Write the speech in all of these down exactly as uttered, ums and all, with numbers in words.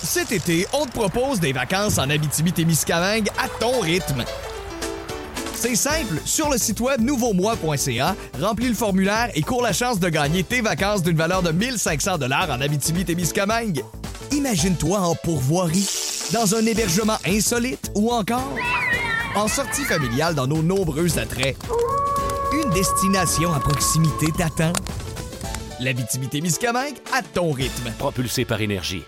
Cet été, on te propose des vacances en Abitibi-Témiscamingue à ton rythme. C'est simple, sur le site web nouveau moi point c a, remplis le formulaire et cours la chance de gagner tes vacances d'une valeur de mille cinq cents dollars en Abitibi-Témiscamingue. Imagine-toi en pourvoirie, dans un hébergement insolite ou encore en sortie familiale dans nos nombreux attraits. Une destination à proximité t'attend. L'Abitibi-Témiscamingue à ton rythme. Propulsé par Énergie.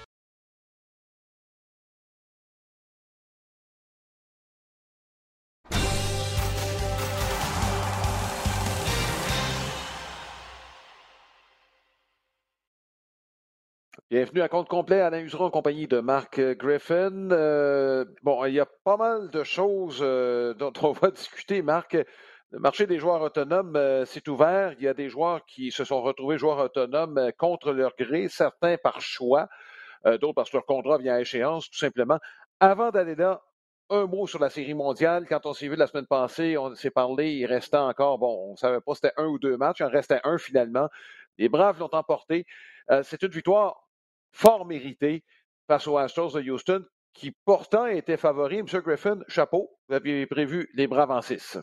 Bienvenue à compte complet, Alain Useron en compagnie de Mark Griffin. Euh, bon, il y a pas mal de choses euh, dont on va discuter, Marc. Le marché des joueurs autonomes euh, s'est ouvert. Il y a des joueurs qui se sont retrouvés joueurs autonomes euh, contre leur gré, certains par choix, euh, d'autres parce que leur contrat vient à échéance, tout simplement. Avant d'aller là, un mot sur la Série mondiale. Quand on s'est vu la semaine passée, on s'est parlé, il restait encore, bon, on ne savait pas si c'était un ou deux matchs, il en restait un finalement. Les Braves l'ont emporté. Euh, c'est une victoire fort mérité face aux Astros de Houston, qui pourtant étaient favoris. M. Griffin, chapeau, vous aviez prévu les Braves en six.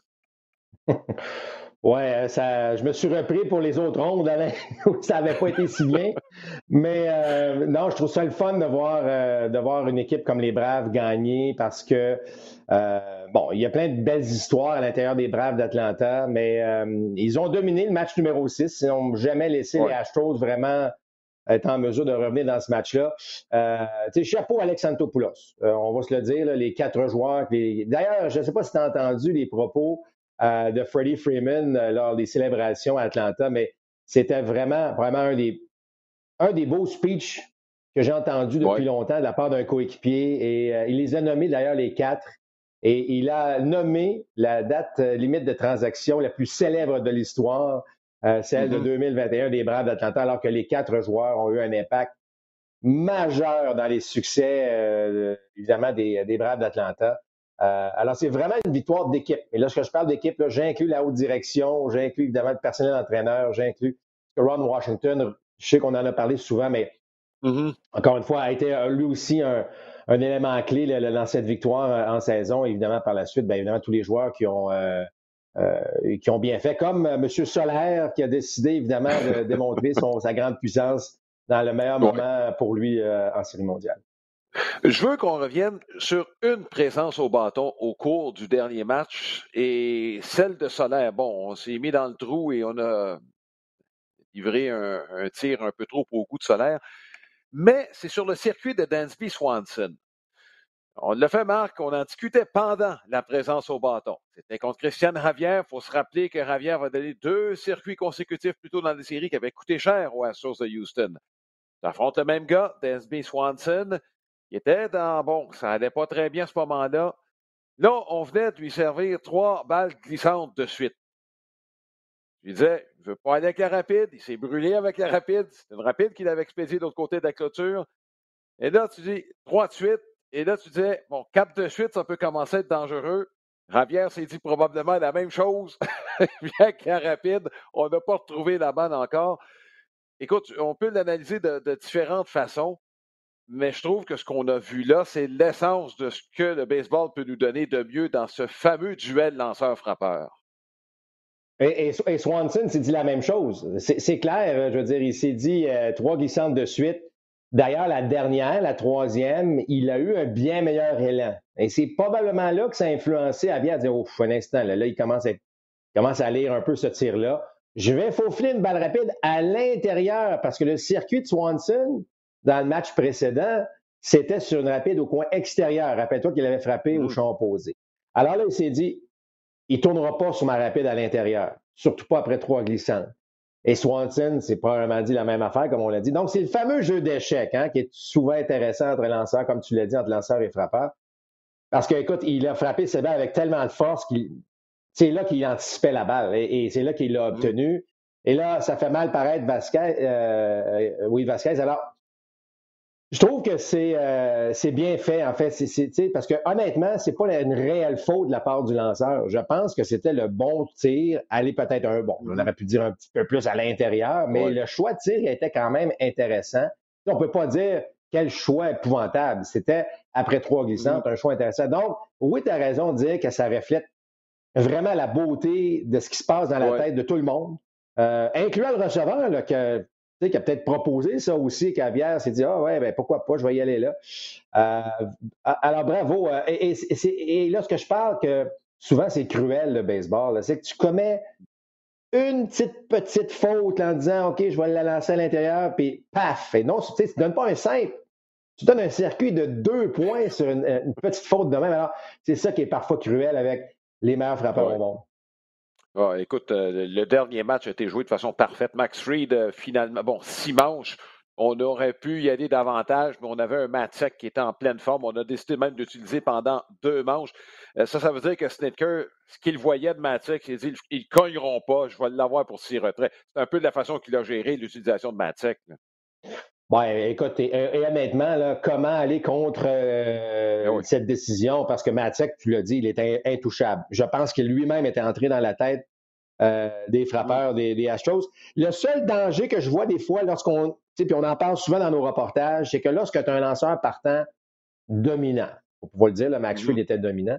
Oui, ça, je me suis repris pour les autres rondes, Alain, où ça n'avait pas été si bien. Mais euh, non, je trouve ça le fun de voir, euh, de voir une équipe comme les Braves gagner parce que, euh, bon, il y a plein de belles histoires à l'intérieur des Braves d'Atlanta, mais euh, ils ont dominé le match numéro six. Ils n'ont jamais laissé ouais. les Astros vraiment être en mesure de revenir dans ce match-là. Euh, tu sais, chapeau Alex Antopoulos. Euh, on va se le dire, là, les quatre joueurs. Les... D'ailleurs, je ne sais pas si tu as entendu les propos euh, de Freddie Freeman euh, lors des célébrations à Atlanta, mais c'était vraiment, vraiment un des, un des beaux speeches que j'ai entendus depuis ouais. longtemps de la part d'un coéquipier. Et euh, il les a nommés d'ailleurs les quatre. Et il a nommé la date euh, limite de transaction la plus célèbre de l'histoire, Euh, celle mm-hmm. de deux mille vingt et un des Braves d'Atlanta, alors que les quatre joueurs ont eu un impact majeur dans les succès, euh, évidemment, des, des Braves d'Atlanta. Euh, alors, c'est vraiment une victoire d'équipe. Et lorsque je parle d'équipe, là, j'inclus la haute direction, j'inclus évidemment le personnel d'entraîneur, j'inclus Ron Washington. Je sais qu'on en a parlé souvent, mais mm-hmm. encore une fois, a été lui aussi un, un élément clé là, dans cette victoire en saison. Évidemment, par la suite, bien évidemment, tous les joueurs qui ont... Euh, Euh, qui ont bien fait, comme euh, M. Solaire qui a décidé évidemment de démontrer son, sa grande puissance dans le meilleur ouais. moment pour lui euh, en Série mondiale. Je veux qu'on revienne sur une présence au bâton au cours du dernier match et celle de Solaire. Bon, on s'est mis dans le trou et on a livré un, un tir un peu trop au goût de Solaire, mais c'est sur le circuit de Dansby Swanson. On l'a fait, Marc, on en discutait pendant la présence au bâton. C'était contre Christian Javier. Il faut se rappeler que Javier va donner deux circuits consécutifs plus tôt dans la série qui avaient coûté cher aux Astros de Houston. Ça affronte le même gars, Dansby Swanson. Il était dans... Bon, ça allait pas très bien à ce moment-là. Là, on venait de lui servir trois balles glissantes de suite. Je lui disais, il ne veut pas aller avec la rapide. Il s'est brûlé avec la rapide. C'est une rapide qu'il avait expédiée de l'autre côté de la clôture. Et là, tu dis, trois de suite. Et là, tu disais, bon, quatre de suite, ça peut commencer à être dangereux. Javier s'est dit probablement la même chose. Bien qu'à rapide, on n'a pas retrouvé la balle encore. Écoute, on peut l'analyser de, de différentes façons, mais je trouve que ce qu'on a vu là, c'est l'essence de ce que le baseball peut nous donner de mieux dans ce fameux duel lanceur-frappeur. Et, et, et Swanson s'est dit la même chose. C'est, c'est clair, je veux dire, il s'est dit euh, trois glissantes de suite. D'ailleurs, la dernière, la troisième, il a eu un bien meilleur élan. Et c'est probablement là que ça a influencé Javier à dire « Ouf, un instant, là, là il, commence à être, il commence à lire un peu ce tir-là. Je vais faufiler une balle rapide à l'intérieur parce que le circuit de Swanson, dans le match précédent, c'était sur une rapide au coin extérieur. Rappelle-toi qu'il avait frappé mmh. au champ opposé. Alors là, il s'est dit « Il ne tournera pas sur ma rapide à l'intérieur, surtout pas après trois glissantes. » Et Swanson s'est probablement dit la même affaire, comme on l'a dit. Donc, c'est le fameux jeu d'échecs hein, qui est souvent intéressant entre lanceurs, comme tu l'as dit, entre lanceurs et frappeurs. Parce que, écoute, il a frappé ses balles avec tellement de force qu'il c'est là qu'il anticipait la balle et, et c'est là qu'il l'a obtenu. Mmh. Et là, ça fait mal paraître Vasquez. Euh, oui, Vasquez. Alors, je trouve que c'est, euh, c'est bien fait, en fait. C'est, c'est, parce que honnêtement, c'est pas une réelle faute de la part du lanceur. Je pense que c'était le bon tir. Aller peut-être un bon. On aurait pu dire un petit peu plus à l'intérieur, mais ouais. le choix de tir était quand même intéressant. On peut pas dire quel choix épouvantable. C'était, après trois glissantes, mm-hmm. un choix intéressant. Donc, oui, tu as raison de dire que ça reflète vraiment la beauté de ce qui se passe dans la ouais. tête de tout le monde, euh, incluant le receveur, là, que, qui a peut-être proposé ça aussi, Cavière s'est dit « Ah ouais, ben pourquoi pas, je vais y aller là. Euh, » Alors, bravo. Et, et, et, et là, ce que je parle, que souvent, c'est cruel, le baseball, là, c'est que tu commets une petite, petite faute en disant « OK, je vais la lancer à l'intérieur », puis paf! Et non, tu ne donnes pas un simple. Tu donnes un circuit de deux points sur une, une petite faute de même. Alors, c'est ça qui est parfois cruel avec les meilleurs frappeurs ouais. au monde. Oh, écoute, euh, le dernier match a été joué de façon parfaite. Max Fried, euh, finalement, bon, six manches, on aurait pu y aller davantage, mais on avait un Matzek qui était en pleine forme. On a décidé même d'utiliser pendant deux manches. Euh, ça, ça veut dire que Snitker, ce qu'il voyait de Matzek, il dit ils ne cogneront pas, je vais l'avoir pour six retraits. C'est un peu de la façon qu'il a géré l'utilisation de Matzek. Bon, écoute, et, et honnêtement, là, comment aller contre euh, oui. cette décision? Parce que Matzek, tu l'as dit, il était intouchable. Je pense que lui-même était entré dans la tête euh, des frappeurs, oui. des, des Astros. Le seul danger que je vois des fois lorsqu'on, tu sais, puis on en parle souvent dans nos reportages, c'est que lorsque tu as un lanceur partant dominant, on peut le dire, le Max Fried mm-hmm. était dominant,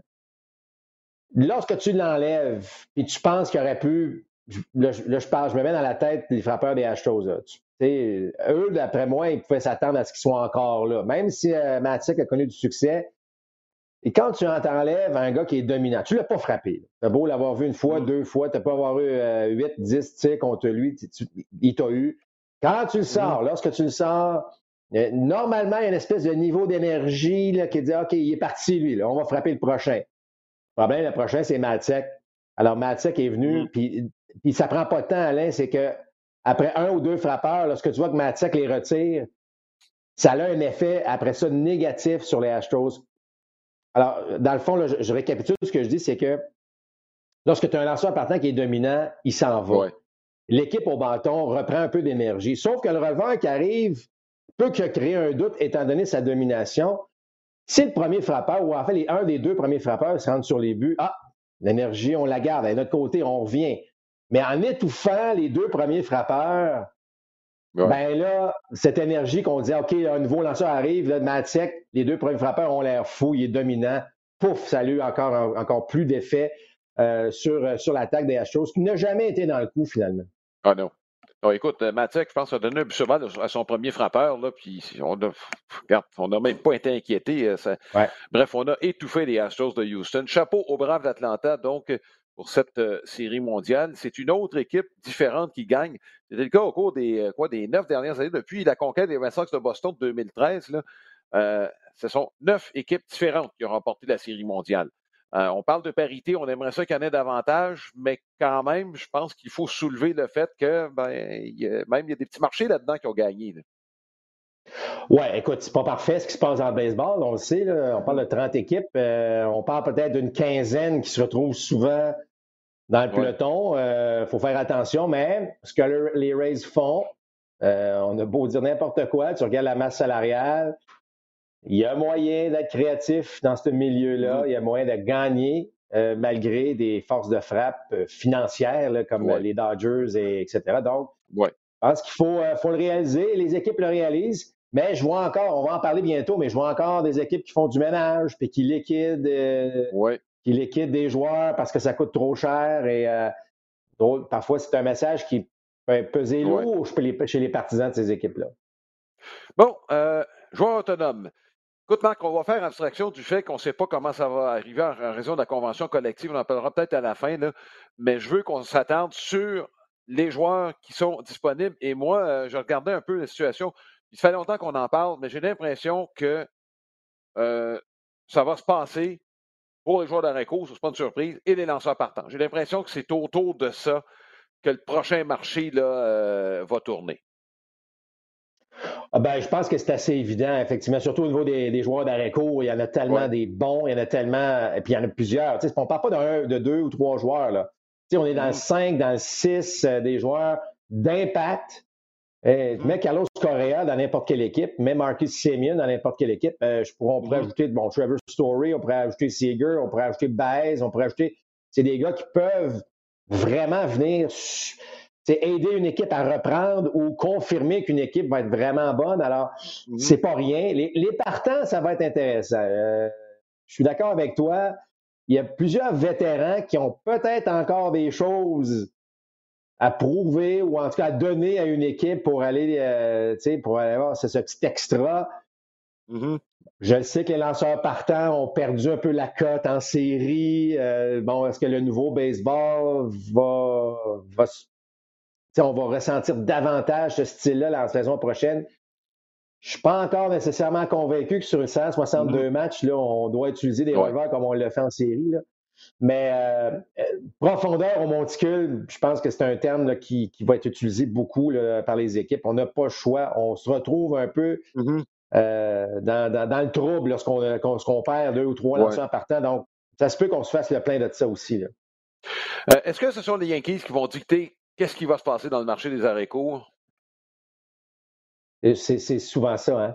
lorsque tu l'enlèves et tu penses qu'il aurait pu, là, là, je parle, je me mets dans la tête des frappeurs des Astros, là, tu, T'sais, eux, d'après moi, ils pouvaient s'attendre à ce qu'ils soient encore là. Même si euh, Matzek a connu du succès, et quand tu t'enlèves un gars qui est dominant, tu ne l'as pas frappé. Tu as beau l'avoir vu une fois, mmh. deux fois, tu n'as pas avoir eu euh, huit, dix tirs contre lui, tu, tu, il t'a eu. Quand tu le sors, mmh. lorsque tu le sors, euh, normalement, il y a une espèce de niveau d'énergie là, qui dit « OK, il est parti, lui, là, on va frapper le prochain. » Le problème, le prochain, c'est Matzek. Alors, Matzek est venu, mmh. puis, puis ça ne prend pas de temps, Alain, c'est que après un ou deux frappeurs, lorsque tu vois que Matzek les retire, ça a un effet, après ça, négatif sur les Astros. Alors, dans le fond, là, je, je récapitule ce que je dis, c'est que lorsque tu as un lanceur partant qui est dominant, il s'en va. Ouais. L'équipe au bâton reprend un peu d'énergie. Sauf que le releveur qui arrive peut que créer un doute étant donné sa domination. Si le premier frappeur, ou en fait, les, un des deux premiers frappeurs se rendent sur les buts, ah, l'énergie, on la garde. De notre côté, on revient. Mais en étouffant les deux premiers frappeurs, ouais. ben là, cette énergie qu'on dit, OK, un nouveau lanceur arrive, là, Matzek, les deux premiers frappeurs ont l'air fous, il est dominant. Pouf, ça a eu encore, un, encore plus d'effet euh, sur, sur l'attaque des Astros, qui n'a jamais été dans le coup, finalement. Ah non. Oh, écoute, Matzek, je pense, a donné un but cheval à son premier frappeur, là, puis on a, regarde, on n'a même pas été inquiété. Ça, ouais. Bref, on a étouffé les Astros de Houston. Chapeau aux Braves d'Atlanta, donc, pour cette euh, série mondiale. C'est une autre équipe différente qui gagne. C'était le cas au cours des, euh, quoi, des neuf dernières années, depuis la conquête des Red Sox de Boston de deux mille treize. Là, euh, ce sont neuf équipes différentes qui ont remporté la série mondiale. Euh, on parle de parité, on aimerait ça qu'il y en ait davantage, mais quand même, je pense qu'il faut soulever le fait que ben, y a, même il y a des petits marchés là-dedans qui ont gagné. Là. Oui, écoute, c'est pas parfait ce qui se passe dans le baseball, on le sait, là, on parle de trente équipes, euh, on parle peut-être d'une quinzaine qui se retrouvent souvent dans le peloton. Il ouais. euh, faut faire attention, mais ce que le, les Rays font, euh, on a beau dire n'importe quoi, tu regardes la masse salariale, il y a moyen d'être créatif dans ce milieu-là, mm-hmm. il y a moyen de gagner euh, malgré des forces de frappe euh, financières là, comme ouais. les Dodgers, et, etc. Donc, ouais. je pense qu'il faut, euh, faut le réaliser, les équipes le réalisent. Mais je vois encore, on va en parler bientôt, mais je vois encore des équipes qui font du ménage puis qui liquident, euh, ouais. qui liquident des joueurs parce que ça coûte trop cher. Et euh, parfois, c'est un message qui peut peser ouais. lourd chez les, chez les partisans de ces équipes-là. Bon, euh, joueur autonome. Écoute, Marc, on va faire abstraction du fait qu'on ne sait pas comment ça va arriver en raison de la convention collective. On en parlera peut-être à la fin, là, mais je veux qu'on s'attarde sur les joueurs qui sont disponibles. Et moi, euh, je regardais un peu la situation. Il fait longtemps qu'on en parle, mais j'ai l'impression que euh, ça va se passer pour les joueurs d'arrêt court, ce n'est pas une surprise, et les lanceurs partants. J'ai l'impression que c'est autour de ça que le prochain marché là, euh, va tourner. Ah ben, je pense que c'est assez évident, effectivement, surtout au niveau des, des joueurs d'arrêt court. Il y en a tellement ouais. des bons, il y en a tellement, et puis il y en a plusieurs. Tu sais, on ne parle pas d'un, de deux ou trois joueurs. Là. Tu sais, on est dans mmh. le cinq, dans le six euh, des joueurs d'impact. Eh, mm-hmm. Mets Carlos Correa dans n'importe quelle équipe, mets Marcus Semien dans n'importe quelle équipe. Euh, je pourrais, on pourrait mm-hmm. ajouter bon, Trevor Story, on pourrait ajouter Seager, on pourrait ajouter Baez, on pourrait ajouter. C'est des gars qui peuvent vraiment venir aider une équipe à reprendre ou confirmer qu'une équipe va être vraiment bonne. Alors, Mm-hmm. c'est pas rien. Les, les partants, ça va être intéressant. Euh, je suis d'accord avec toi. Il y a plusieurs vétérans qui ont peut-être encore des choses à prouver ou en tout cas à donner à une équipe pour aller, euh, pour aller avoir ce, ce petit extra. Mm-hmm. Je sais que les lanceurs partants ont perdu un peu la cote en série. Euh, bon, est-ce que le nouveau baseball va, va on va ressentir davantage ce style-là la saison prochaine? Je ne suis pas encore nécessairement convaincu que sur une cent soixante-deux mm-hmm. matchs, là, on doit utiliser des ouais. releveurs comme on le fait en série. Là. Mais euh, profondeur au monticule, je pense que c'est un terme là, qui, qui va être utilisé beaucoup là, par les équipes. On n'a pas le choix. On se retrouve un peu mm-hmm. euh, dans, dans, dans le trouble lorsqu'on, lorsqu'on perd deux ou trois ouais. lanceurs partants. Donc, ça se peut qu'on se fasse le plein de ça aussi. Là. Euh, est-ce que ce sont les Yankees qui vont dicter qu'est-ce qui va se passer dans le marché des arrêts courts? C'est, c'est souvent ça, hein?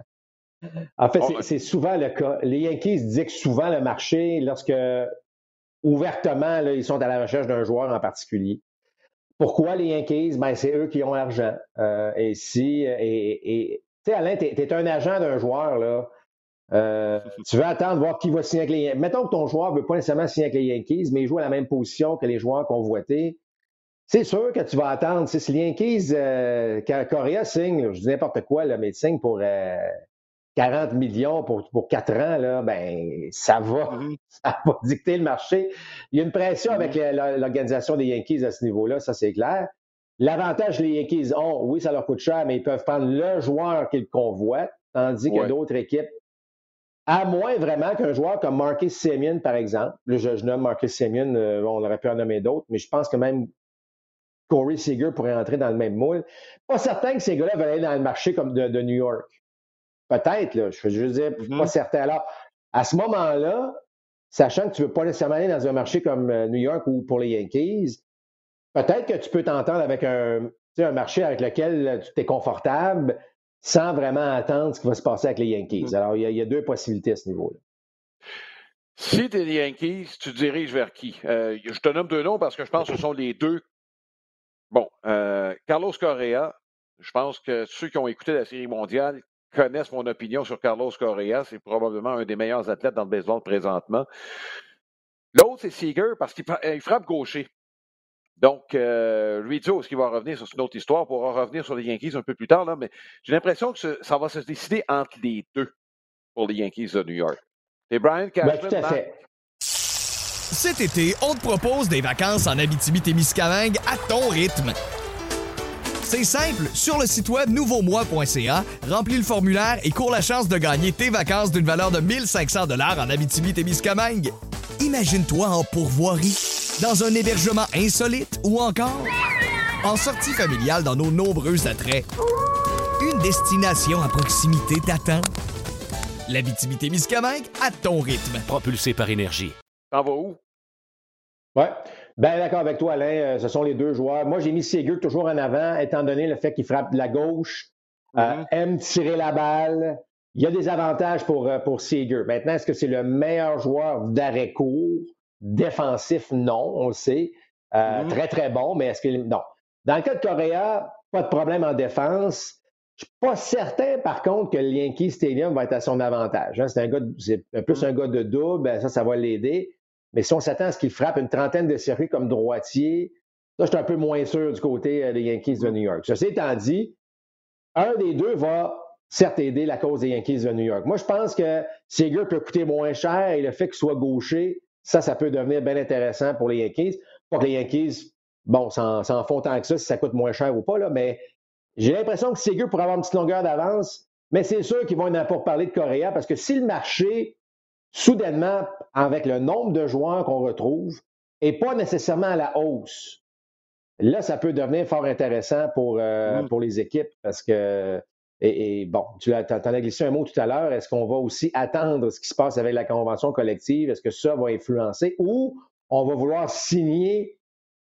En fait, c'est, c'est souvent le cas. Les Yankees dictent souvent le marché lorsque, ouvertement, là, ils sont à la recherche d'un joueur en particulier. Pourquoi les Yankees? Ben, c'est eux qui ont l'argent. Euh, et si, et, et tu sais, Alain, t'es, t'es un agent d'un joueur, là. Euh, tu veux attendre voir qui va signer avec les Yankees. Mettons que ton joueur ne veut pas nécessairement signer avec les Yankees, mais il joue à la même position que les joueurs convoités. C'est sûr que tu vas attendre. Si les Yankees, euh, quand Correa signe, là, je dis n'importe quoi, là, mais il signe pour euh, quarante millions pour, pour quatre ans, là, ben, ça va, mm-hmm. ça va dicter le marché. Il y a une pression mm-hmm. avec la, l'organisation des Yankees à ce niveau-là, ça c'est clair. L'avantage que les Yankees ont, oui, ça leur coûte cher, mais ils peuvent prendre le joueur qu'ils convoitent, tandis ouais. que d'autres équipes, à moins vraiment qu'un joueur comme Marcus Semien, par exemple, là, je, je nomme Marcus Semien, euh, on aurait pu en nommer d'autres, mais je pense que même Corey Seager pourrait entrer dans le même moule. Pas certain que ces gars-là veulent aller dans le marché comme de, de New York. Peut-être, là, je veux dire, mm-hmm. pas certain. Alors, à ce moment-là, sachant que tu ne veux pas nécessairement aller dans un marché comme New York ou pour les Yankees, peut-être que tu peux t'entendre avec un, un marché avec lequel tu es confortable sans vraiment attendre ce qui va se passer avec les Yankees. Mm-hmm. Alors, il y, a, il y a deux possibilités à ce niveau-là. Si tu es les Yankees, tu te diriges vers qui? Euh, je te nomme deux noms parce que je pense que ce sont les deux. Bon, euh, Carlos Correa, je pense que ceux qui ont écouté la Série mondiale connaissent mon opinion sur Carlos Correa. C'est probablement un des meilleurs athlètes dans le baseball présentement. L'autre, c'est Seager parce qu'il il frappe gaucher. Donc, euh, Rizzo, est-ce qu'il va revenir sur une autre histoire? On pourra revenir sur les Yankees un peu plus tard, là, mais j'ai l'impression que ce, ça va se décider entre les deux pour les Yankees de New York. C'est Brian Cashman. Ben, tout à fait. Cet été, on te propose des vacances en Abitibi-Témiscamingue à ton rythme. C'est simple, sur le site web nouveau moi point c a, remplis le formulaire et cours la chance de gagner tes vacances d'une valeur de mille cinq cents dollars en Abitibi-Témiscamingue. Imagine-toi en pourvoirie, dans un hébergement insolite ou encore en sortie familiale dans nos nombreux attraits. Une destination à proximité t'attend. L'Abitibi-Témiscamingue à ton rythme. Propulsé par Énergie. T'en vas où? Oui, bien d'accord avec toi, Alain. Ce sont les deux joueurs. Moi, j'ai mis Seager toujours en avant, étant donné le fait qu'il frappe de la gauche, mm-hmm. euh, aime tirer la balle. Il y a des avantages pour, pour Seager. Maintenant, est-ce que c'est le meilleur joueur d'arrêt court? Défensif, non, on le sait. Euh, mm-hmm. Très, très bon, mais est-ce que... Non. Dans le cas de Correa, pas de problème en défense. Je ne suis pas certain, par contre, que le Yankee Stadium va être à son avantage. Hein. C'est, un gars de, c'est plus mm-hmm. un gars de double, ça, ça va l'aider. Mais si on s'attend à ce qu'il frappe une trentaine de circuits comme droitier, ça, je suis un peu moins sûr du côté des Yankees de New York. Ceci étant dit, un des deux va certes aider la cause des Yankees de New York. Moi, je pense que Seager peut coûter moins cher et le fait qu'il soit gaucher, ça, ça peut devenir bien intéressant pour les Yankees. Pas que les Yankees, bon, s'en, s'en font tant que ça, si ça coûte moins cher ou pas, là, mais j'ai l'impression que Seager pourrait avoir une petite longueur d'avance, mais c'est sûr qu'ils vont en avoir pour parler de Correa parce que si le marché... soudainement, avec le nombre de joueurs qu'on retrouve, et pas nécessairement à la hausse, là, ça peut devenir fort intéressant pour, euh, mmh. pour les équipes parce que, et, et bon, tu en as glissé un mot tout à l'heure, est-ce qu'on va aussi attendre ce qui se passe avec la convention collective? Est-ce que ça va influencer ou on va vouloir signer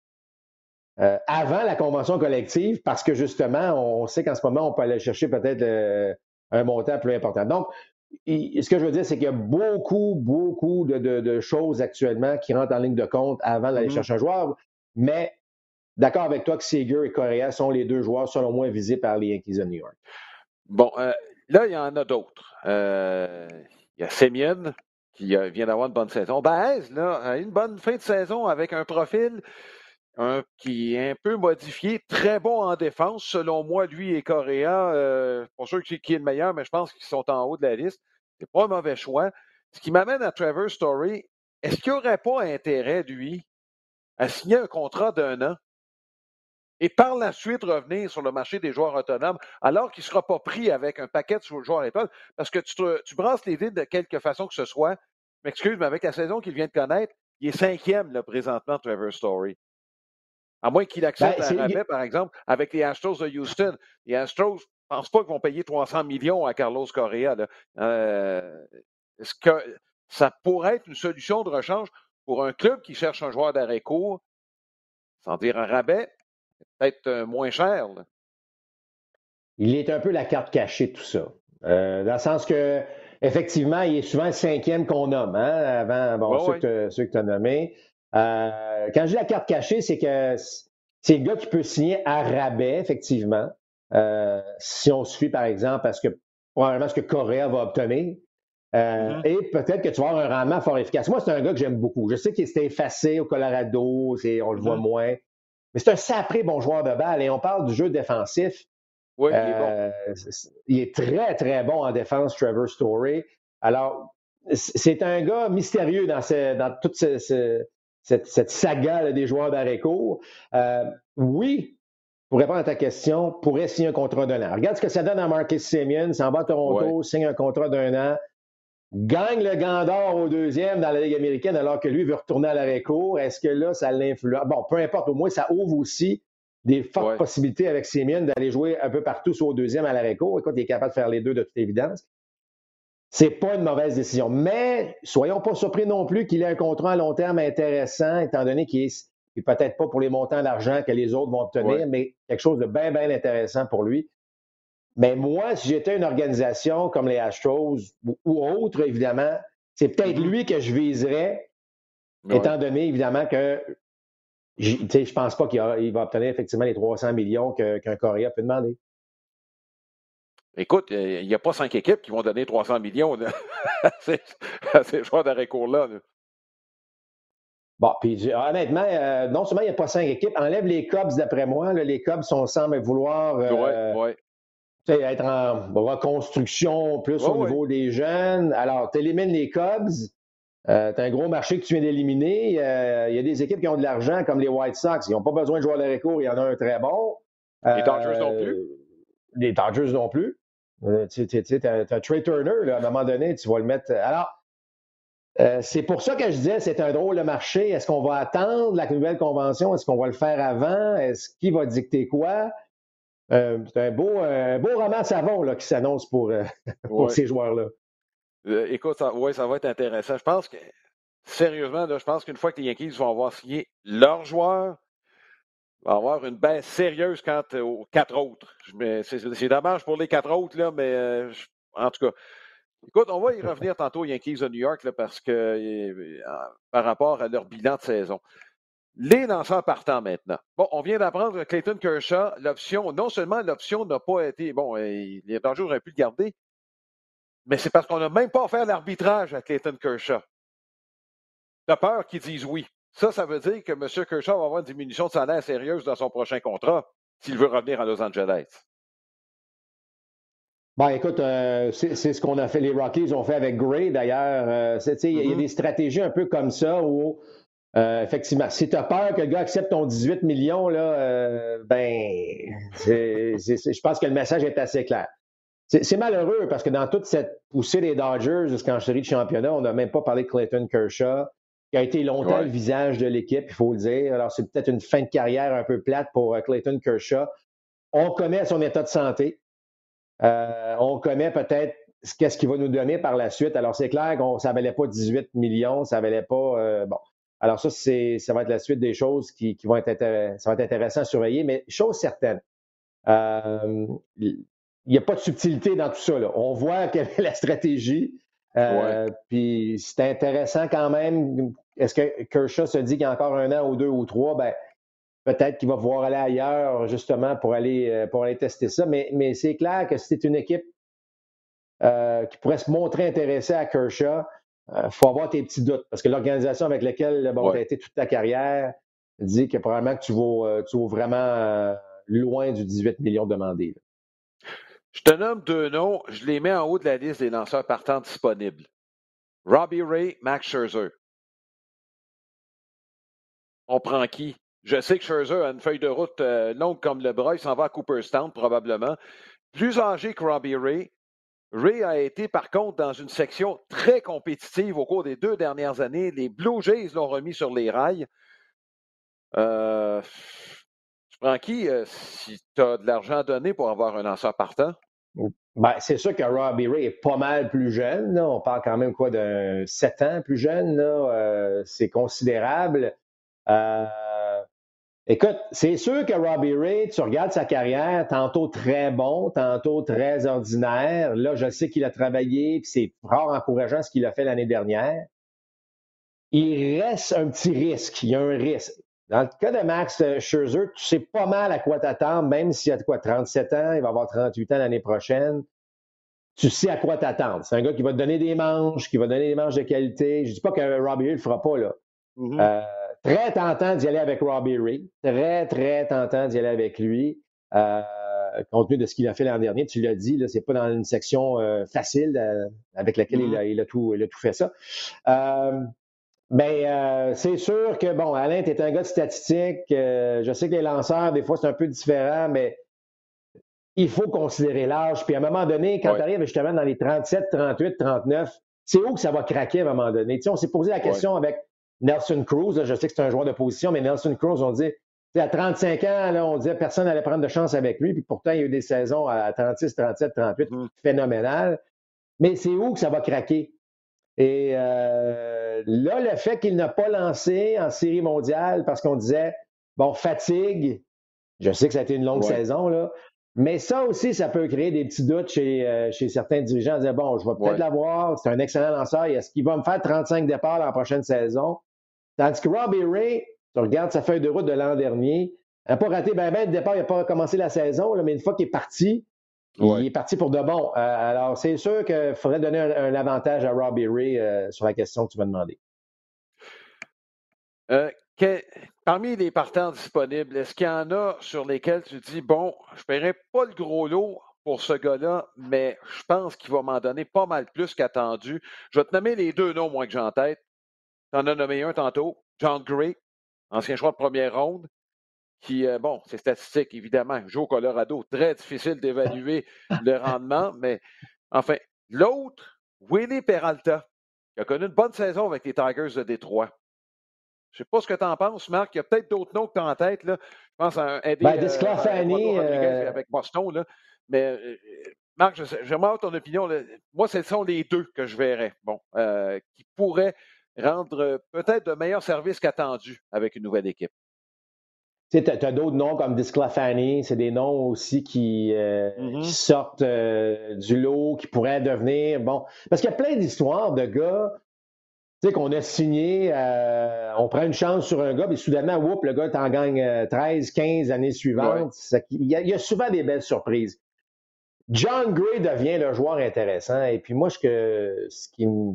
euh, avant la convention collective parce que justement, on sait qu'en ce moment, on peut aller chercher peut-être euh, un montant plus important. Donc, ce que je veux dire, c'est qu'il y a beaucoup, beaucoup de, de, de choses actuellement qui rentrent en ligne de compte avant d'aller mm-hmm. chercher un joueur. Mais d'accord avec toi que Seager et Correa sont les deux joueurs, selon moi, visés par les Yankees de New York. Bon, euh, là, il y en a d'autres. Euh, il y a Semien, qui euh, vient d'avoir une bonne saison. Baez, là, a une bonne fin de saison avec un profil un, qui est un peu modifié, très bon en défense. Selon moi, lui et Correa, euh, pas sûr qui, qui est le meilleur, mais je pense qu'ils sont en haut de la liste. C'est pas un mauvais choix. Ce qui m'amène à Trevor Story, est-ce qu'il n'aurait pas intérêt, lui, à signer un contrat d'un an et par la suite revenir sur le marché des joueurs autonomes, alors qu'il ne sera pas pris avec un paquet de joueurs étoiles, parce que tu, te, tu brasses les vides de quelque façon que ce soit. Je m'excuse, mais avec la saison qu'il vient de connaître, il est cinquième là, présentement, Trevor Story. À moins qu'il accepte ben, un rabais, par exemple, avec les Astros de Houston. Les Astros, je ne pense pas qu'ils vont payer trois cents millions à Carlos Correa. Là. Euh, est-ce que ça pourrait être une solution de rechange pour un club qui cherche un joueur d'arrêt court, sans dire un rabais, peut-être euh, moins cher? Là. Il est un peu la carte cachée de tout ça. Euh, dans le sens que, effectivement, il est souvent le cinquième qu'on nomme, hein, avant bon, ouais, ceux, ouais. Que, ceux que tu as nommés. Euh, quand je dis la carte cachée, c'est que c'est le gars qui peut signer à rabais, effectivement, euh, si on suit, par exemple, parce que probablement ce que Correa va obtenir. Euh, mm-hmm. Et peut-être que tu vas avoir un rendement fort efficace. Moi, c'est un gars que j'aime beaucoup. Je sais qu'il s'était effacé au Colorado, c'est, on le mm-hmm. voit moins. Mais c'est un sacré bon joueur de balle. Et on parle du jeu défensif. Oui, il est euh, bon. Il est très, très bon en défense, Trevor Story. Alors, c'est un gars mystérieux dans, ce, dans toute ce, ce, cette, cette saga là, des joueurs d'arrêt court. Euh, oui, pour répondre à ta question, pourrait signer un contrat d'un an. Regarde ce que ça donne à Marcus Semien. S'en va à Toronto, ouais. signe un contrat d'un an, gagne le Gant d'Or au deuxième dans la Ligue américaine alors que lui veut retourner à l'arrêt court. Est-ce que là, ça l'influence? Bon, peu importe, au moins, ça ouvre aussi des fortes ouais. possibilités avec Semien d'aller jouer un peu partout, soit au deuxième à l'arrêt court. Écoute, il est capable de faire les deux de toute évidence. C'est pas une mauvaise décision. Mais soyons pas surpris non plus qu'il ait un contrat à long terme intéressant, étant donné qu'il est, est peut-être pas pour les montants d'argent que les autres vont obtenir, ouais. mais quelque chose de bien, bien intéressant pour lui. Mais moi, si j'étais une organisation comme les Astros ou, ou autre, évidemment, c'est peut-être mm-hmm. lui que je viserais, ouais. étant donné, évidemment, que je ne pense pas qu'il a, il va obtenir effectivement les trois cents millions que, qu'un Correa peut demander. Écoute, il n'y a pas cinq équipes qui vont donner trois cents millions là, à, ces, à ces joueurs d'arrêt court-là. Là. Bon, puis honnêtement, euh, non seulement il n'y a pas cinq équipes, enlève les Cubs d'après moi. Là, les Cubs sont, semblent vouloir euh, ouais, ouais. être en reconstruction plus ouais, au niveau ouais. des jeunes. Alors, tu élimines les Cubs. Euh, tu as un gros marché que tu viens d'éliminer. Il euh, y a des équipes qui ont de l'argent, comme les White Sox. Ils n'ont pas besoin de joueurs d'arrêt court. Il y en a un très bon. Euh, les Dodgers non plus. Les Dodgers non plus. Euh, tu sais, tu as Trey Turner, là, à un moment donné, tu vas le mettre. Alors, euh, c'est pour ça que je disais, c'est un drôle de marché. Est-ce qu'on va attendre la nouvelle convention? Est-ce qu'on va le faire avant? Est-ce qui va dicter quoi? Euh, c'est un beau, un beau roman savon là, qui s'annonce pour, euh, pour ouais. ces joueurs-là. Euh, écoute, ça, ouais, ça va être intéressant. Je pense que, sérieusement, là, je pense qu'une fois que les Yankees vont avoir signé leurs joueurs, il va y avoir une baisse sérieuse quant aux quatre autres. Mais c'est, c'est dommage pour les quatre autres, là, mais euh, je, en tout cas, écoute, on va y revenir tantôt aux Yankees de New York là, parce que euh, par rapport à leur bilan de saison. Les lanceurs partants maintenant. Bon, on vient d'apprendre que Clayton Kershaw, l'option, non seulement l'option n'a pas été, bon, les Dodgers auraient pu le garder, mais c'est parce qu'on n'a même pas fait l'arbitrage à Clayton Kershaw. T'as peur qu'ils disent oui. Ça, ça veut dire que M. Kershaw va avoir une diminution de salaire sérieuse dans son prochain contrat s'il veut revenir à Los Angeles. Bon, écoute, euh, c'est, c'est ce qu'on a fait, les Rockies ont fait avec Gray, d'ailleurs. Euh, il mm-hmm. y a des stratégies un peu comme ça où, euh, effectivement, si tu as peur que le gars accepte ton dix-huit millions, là, euh, ben, c'est, c'est, c'est, je pense que le message est assez clair. C'est, c'est malheureux parce que dans toute cette poussée des Dodgers jusqu'en série de championnat, on n'a même pas parlé de Clayton Kershaw, qui a été longtemps ouais. le visage de l'équipe, il faut le dire. Alors, c'est peut-être une fin de carrière un peu plate pour uh, Clayton Kershaw. On connaît son état de santé. Euh, on connaît peut-être qu'est-ce qu'il va nous donner par la suite. Alors, c'est clair que ça ne valait pas dix-huit millions, ça ne valait pas... Euh, bon. Alors, ça, c'est, ça va être la suite des choses qui, qui vont être intéressantes. Ça va être intéressant à surveiller, mais chose certaine, euh, il n'y a pas de subtilité dans tout ça. Là. On voit quelle est la stratégie. Euh, ouais. Puis c'est intéressant quand même. Est-ce que Kershaw se dit qu'il y a encore un an ou deux ou trois? Ben, peut-être qu'il va pouvoir aller ailleurs, justement, pour aller, pour aller tester ça. Mais, mais c'est clair que c'est une équipe euh, qui pourrait se montrer intéressée à Kershaw. Il euh, faut avoir tes petits doutes. Parce que l'organisation avec laquelle bon, ouais. tu as été toute ta carrière dit que probablement que tu vas, tu vas vraiment euh, loin du dix-huit millions demandés. Là. Je te nomme deux noms. Je les mets en haut de la liste des lanceurs partants disponibles. Robbie Ray, Max Scherzer. On prend qui? Je sais que Scherzer a une feuille de route euh, longue comme le bras. Il s'en va à Cooperstown, probablement. Plus âgé que Robbie Ray. Ray a été, par contre, dans une section très compétitive au cours des deux dernières années. Les Blue Jays l'ont remis sur les rails. Euh, tu prends qui euh, si tu as de l'argent à donner pour avoir un lanceur partant? Ben, c'est sûr que Robbie Ray est pas mal plus jeune. Là. On parle quand même quoi d'un sept ans plus jeune. Là. Euh, c'est considérable. Euh, écoute, c'est sûr que Robbie Ray, tu regardes sa carrière, tantôt très bon, tantôt très ordinaire. Là, je sais qu'il a travaillé, puis c'est rare encourageant ce qu'il a fait l'année dernière. Il reste un petit risque. Il y a un risque. Dans le cas de Max Scherzer, tu sais pas mal à quoi t'attendre, même s'il a de quoi trente-sept ans, il va avoir trente-huit ans l'année prochaine. Tu sais à quoi t'attendre. C'est un gars qui va te donner des manches, qui va donner des manches de qualité. Je dis pas que Robbie Ray le fera pas, là. Mm-hmm. Euh, très tentant d'y aller avec Robbie Ray. Très, très tentant d'y aller avec lui. Euh, compte tenu de ce qu'il a fait l'an dernier, tu l'as dit, là, c'est pas dans une section euh, facile euh, avec laquelle mm-hmm. il, a, il, a tout, il a tout fait ça. Euh, Ben, euh, c'est sûr que, bon, Alain, tu es un gars de statistique. Euh, je sais que les lanceurs, des fois, c'est un peu différent, mais il faut considérer l'âge. Puis à un moment donné, quand ouais. tu arrives justement dans les trente-sept, trente-huit, trente-neuf, c'est où que ça va craquer à un moment donné? Tu sais, on s'est posé la question ouais. avec Nelson Cruz. Là, je sais que c'est un joueur de position, mais Nelson Cruz, on dit, à trente-cinq ans, là, on disait personne n'allait prendre de chance avec lui. Puis pourtant, il y a eu des saisons à trente-six, trente-sept, trente-huit, mm. phénoménales. Mais c'est où que ça va craquer? Et euh, là, le fait qu'il n'a pas lancé en série mondiale parce qu'on disait, bon, fatigue, je sais que ça a été une longue ouais. saison, là, mais ça aussi, ça peut créer des petits doutes chez, euh, chez certains dirigeants. Dire, bon, je vais peut-être ouais. l'avoir, c'est un excellent lanceur, est-ce qu'il va me faire trente-cinq départs dans la prochaine saison? Tandis que Robbie Ray, tu regardes sa feuille de route de l'an dernier, il n'a pas raté ben ben de départ, il n'a pas commencé la saison, là, mais une fois qu'il est parti, Ouais. il est parti pour de bon. Euh, alors, c'est sûr qu'il faudrait donner un, un avantage à Robbie Ray euh, sur la question que tu m'as demandé. Euh, que, parmi les partants disponibles, est-ce qu'il y en a sur lesquels tu dis, bon, je ne paierai pas le gros lot pour ce gars-là, mais je pense qu'il va m'en donner pas mal plus qu'attendu. Je vais te nommer les deux noms, moi, que j'ai en tête. Tu en as nommé un tantôt, John Gray, ancien choix de première ronde. Qui, euh, bon, c'est statistique, évidemment, joue au Colorado, très difficile d'évaluer le rendement, mais enfin, l'autre, Willie Peralta, qui a connu une bonne saison avec les Tigers de Détroit. Je ne sais pas ce que tu en penses, Marc, il y a peut-être d'autres noms que tu as en tête, là. Je pense à un Eddie ben, euh, euh, avec Boston, là. Mais euh, Marc, j'aimerais avoir ton opinion. Là. Moi, ce sont les deux que je verrais, bon, euh, qui pourraient rendre peut-être de meilleurs services qu'attendus avec une nouvelle équipe. Tu sais, tu as d'autres noms comme Disclafani, c'est des noms aussi qui, euh, mm-hmm. qui sortent euh, du lot, qui pourraient devenir, bon, parce qu'il y a plein d'histoires de gars, tu sais, qu'on a signé, euh, on prend une chance sur un gars, puis soudainement, whoop, le gars t'en gagne treize, quinze années suivantes. Ouais. Il, y a, il y a souvent des belles surprises. John Gray devient le joueur intéressant, et puis moi, ce, que, ce qui me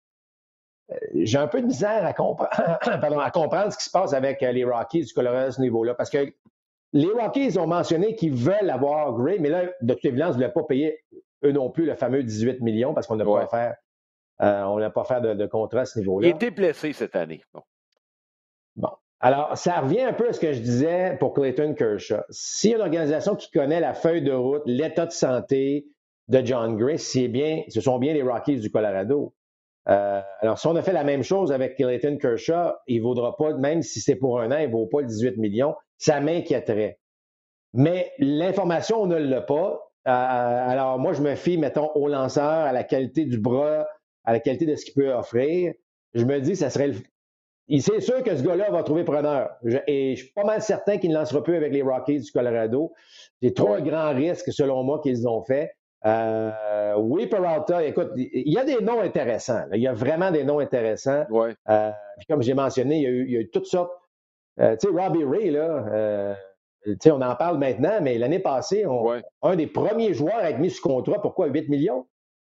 j'ai un peu de misère à, compre- Pardon, à comprendre ce qui se passe avec les Rockies du Colorado à ce niveau-là. Parce que les Rockies ont mentionné qu'ils veulent avoir Gray, mais là, de toute évidence, ils ne voulaient pas payer, eux non plus, le fameux dix-huit millions parce qu'on n'a ouais. pas offert, euh, on n'a pas offert de, de contrat à ce niveau-là. Il était blessé cette année. Bon. bon. Alors, ça revient un peu à ce que je disais pour Clayton Kershaw. S'il y a une organisation qui connaît la feuille de route, l'état de santé de John Gray, c'est bien, ce sont bien les Rockies du Colorado. Euh, alors, si on a fait la même chose avec Clayton Kershaw, il ne vaudra pas, même si c'est pour un an, il ne vaut pas le dix-huit millions. Ça m'inquiéterait. Mais l'information, on ne l'a pas. Euh, alors, moi, je me fie, mettons, au lanceur, à la qualité du bras, à la qualité de ce qu'il peut offrir. Je me dis, ça serait le... C'est sûr que ce gars-là va trouver preneur. Je... Et je suis pas mal certain qu'il ne lancera plus avec les Rockies du Colorado. C'est trop un grand risque, selon moi, qu'ils ont fait. Euh, oui, Peralta, écoute, il y a des noms intéressants. Là. Il y a vraiment des noms intéressants. Ouais. Euh, puis comme j'ai mentionné, il y a eu, il y a eu toutes sortes Euh, tu sais, Robbie Ray, là, euh, tu sais, on en parle maintenant, mais l'année passée, on, Ouais. un des premiers joueurs à être mis sous contrat, pourquoi huit millions?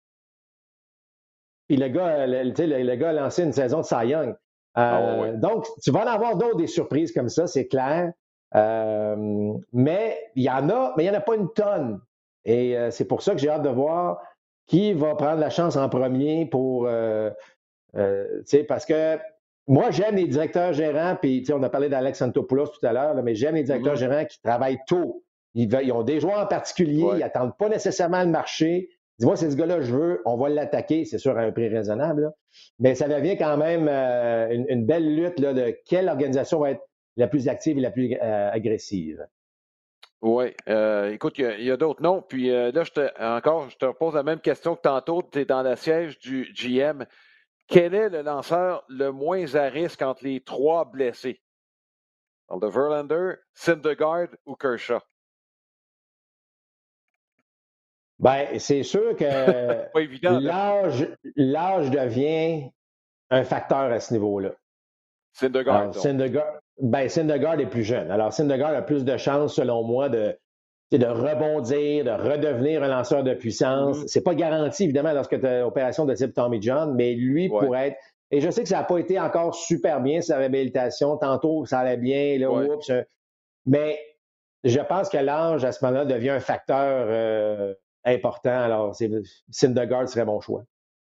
Puis le gars, le, tu sais, le, le gars a lancé une saison de Cy Young. Euh, Ah, ouais, ouais. Donc, tu vas en avoir d'autres des surprises comme ça, c'est clair. Euh, mais il y en a, mais il n'y en a pas une tonne. Et euh, c'est pour ça que j'ai hâte de voir qui va prendre la chance en premier pour, euh, euh, tu sais, parce que moi, j'aime les directeurs gérants, puis tu sais, on a parlé d'Alex Antopoulos tout à l'heure, là, mais j'aime les directeurs Mhm. gérants qui travaillent tôt. Ils, veulent- ils ont des joueurs en particulier, Ouais. ils n'attendent pas nécessairement le marché. Dis-moi, c'est ce gars-là, je veux, on va l'attaquer, c'est sûr, à un prix raisonnable. Là. Mais ça devient quand même euh, une, une belle lutte là, de quelle organisation va être la plus active et la plus euh, agressive. Oui. Euh, écoute, il y a, il y a d'autres noms. Puis euh, là, je te, encore, je te repose la même question que tantôt. Tu es dans la siège du G M. Quel est le lanceur le moins à risque entre les trois blessés? De Verlander, Syndergaard ou Kershaw? Bien, c'est sûr que Pas évident, là. l'âge, l'âge devient un facteur à ce niveau-là. Syndergaard, Alors, donc. Syndergaard, ben, Syndergaard est plus jeune. Alors, Syndergaard a plus de chances, selon moi, de, de rebondir, de redevenir un lanceur de puissance. Mhm. C'est pas garanti, évidemment, lorsque tu as une opération de type Tommy John, mais lui Ouais. pourrait être. Et je sais que ça n'a pas été encore super bien, sa réhabilitation. Tantôt, ça allait bien, là, Ouais. oups. Mais je pense que l'âge, à ce moment-là, devient un facteur euh, important. Alors, c'est, Syndergaard serait mon choix.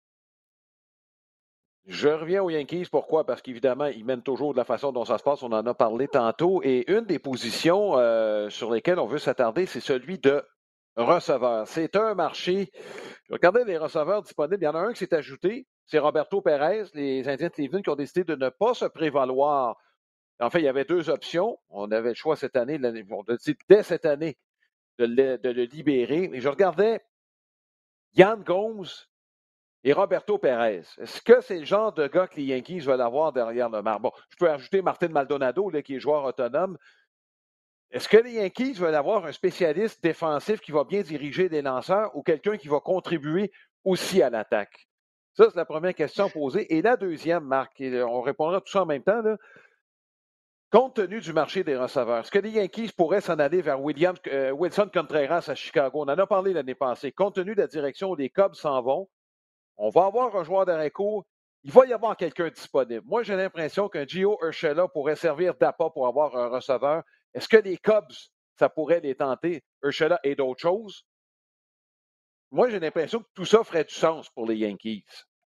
Je reviens aux Yankees. Pourquoi? Parce qu'évidemment, ils mènent toujours de la façon dont ça se passe. On en a parlé tantôt. Et une des positions euh, sur lesquelles on veut s'attarder, c'est celui de receveur. C'est un marché. Regardez les receveurs disponibles. Il y en a un qui s'est ajouté. C'est Roberto Pérez, les Indiens de Cleveland, qui ont décidé de ne pas se prévaloir. En fait, il y avait deux options. On avait le choix cette année, l'année, on a dit dès cette année, de le, de le libérer. Et je regardais Yann Gomes et Roberto Pérez. Est-ce que c'est le genre de gars que les Yankees veulent avoir derrière le marbre? Bon, je peux ajouter Martin Maldonado, là, qui est joueur autonome. Est-ce que les Yankees veulent avoir un spécialiste défensif qui va bien diriger les lanceurs ou quelqu'un qui va contribuer aussi à l'attaque? Ça, c'est la première question posée. Et la deuxième, Marc, et on répondra tout ça en même temps, là. Compte tenu du marché des receveurs, est-ce que les Yankees pourraient s'en aller vers Williams, euh, Wilson Contreras à Chicago? On en a parlé l'année passée. Compte tenu de la direction où les Cubs s'en vont, on va avoir un joueur d'arrêt court. Il va y avoir quelqu'un disponible. Moi, j'ai l'impression qu'un Gio Urshela pourrait servir d'appât pour avoir un receveur. Est-ce que les Cubs, ça pourrait les tenter, Urshela et d'autres choses? Moi, j'ai l'impression que tout ça ferait du sens pour les Yankees.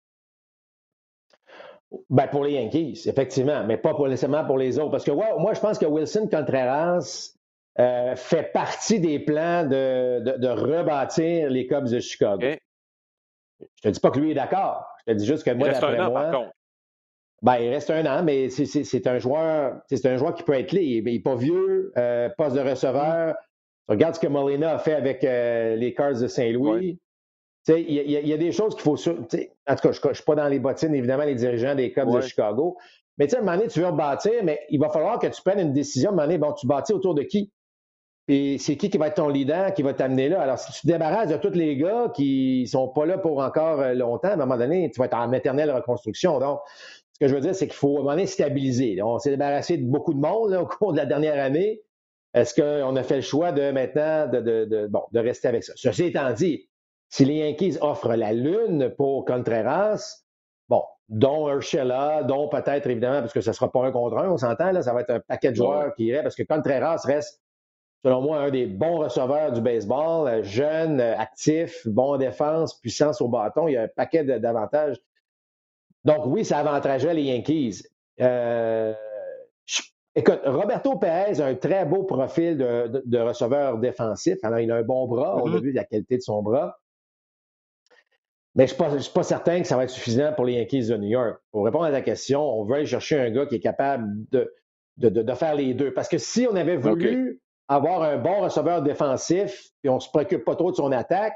Ben, pour les Yankees, effectivement, mais pas pour, nécessairement pour les autres. Parce que ouais, moi, je pense que Wilson Contreras euh, fait partie des plans de, de, de rebâtir les Cubs de Chicago. Okay. Je te dis pas que lui est d'accord. Je te dis juste que moi, il reste d'après un an, moi. Par contre. Ben, il reste un an, mais c'est, c'est, c'est un joueur, c'est un joueur qui peut être clé. Il n'est pas vieux, euh, poste de receveur. Mm. Regarde ce que Molina a fait avec euh, les Cards de Saint-Louis. Ouais. Il y, y, y a des choses qu'il faut. En tout cas, je ne suis pas dans les bottines, évidemment, les dirigeants des Cubs ouais. de Chicago. Mais tu sais, à un moment donné, tu veux rebâtir, mais il va falloir que tu prennes une décision. À un moment donné, bon, tu bâtis autour de qui? Et c'est qui qui va être ton leader, qui va t'amener là? Alors, si tu te débarrasses de tous les gars qui ne sont pas là pour encore longtemps, à un moment donné, tu vas être en éternelle reconstruction. Donc, ce que je veux dire, c'est qu'il faut à un moment donné stabiliser. On s'est débarrassé de beaucoup de monde là, au cours de la dernière année. Est-ce qu'on a fait le choix de maintenant de, de, de, bon, de rester avec ça? Ceci étant dit, si les Yankees offrent la lune pour Contreras, bon, dont Urshela, dont peut-être, évidemment, parce que ce ne sera pas un contre un, on s'entend, là, ça va être un paquet de joueurs ouais. qui irait, parce que Contreras reste, selon moi, un des bons receveurs du baseball, jeune, actif, bon en défense, puissance au bâton, il y a un paquet d'avantages. Donc oui, ça avantagerait les Yankees. Euh, je, écoute, Roberto Pérez a un très beau profil de, de, de receveur défensif. Alors, il a un bon bras, mm-hmm. on a vu la qualité de son bras. Mais je ne suis pas certain que ça va être suffisant pour les Yankees de New York. Pour répondre à ta question, on veut aller chercher un gars qui est capable de, de, de, de faire les deux. Parce que si on avait voulu okay. avoir un bon receveur défensif et on ne se préoccupe pas trop de son attaque,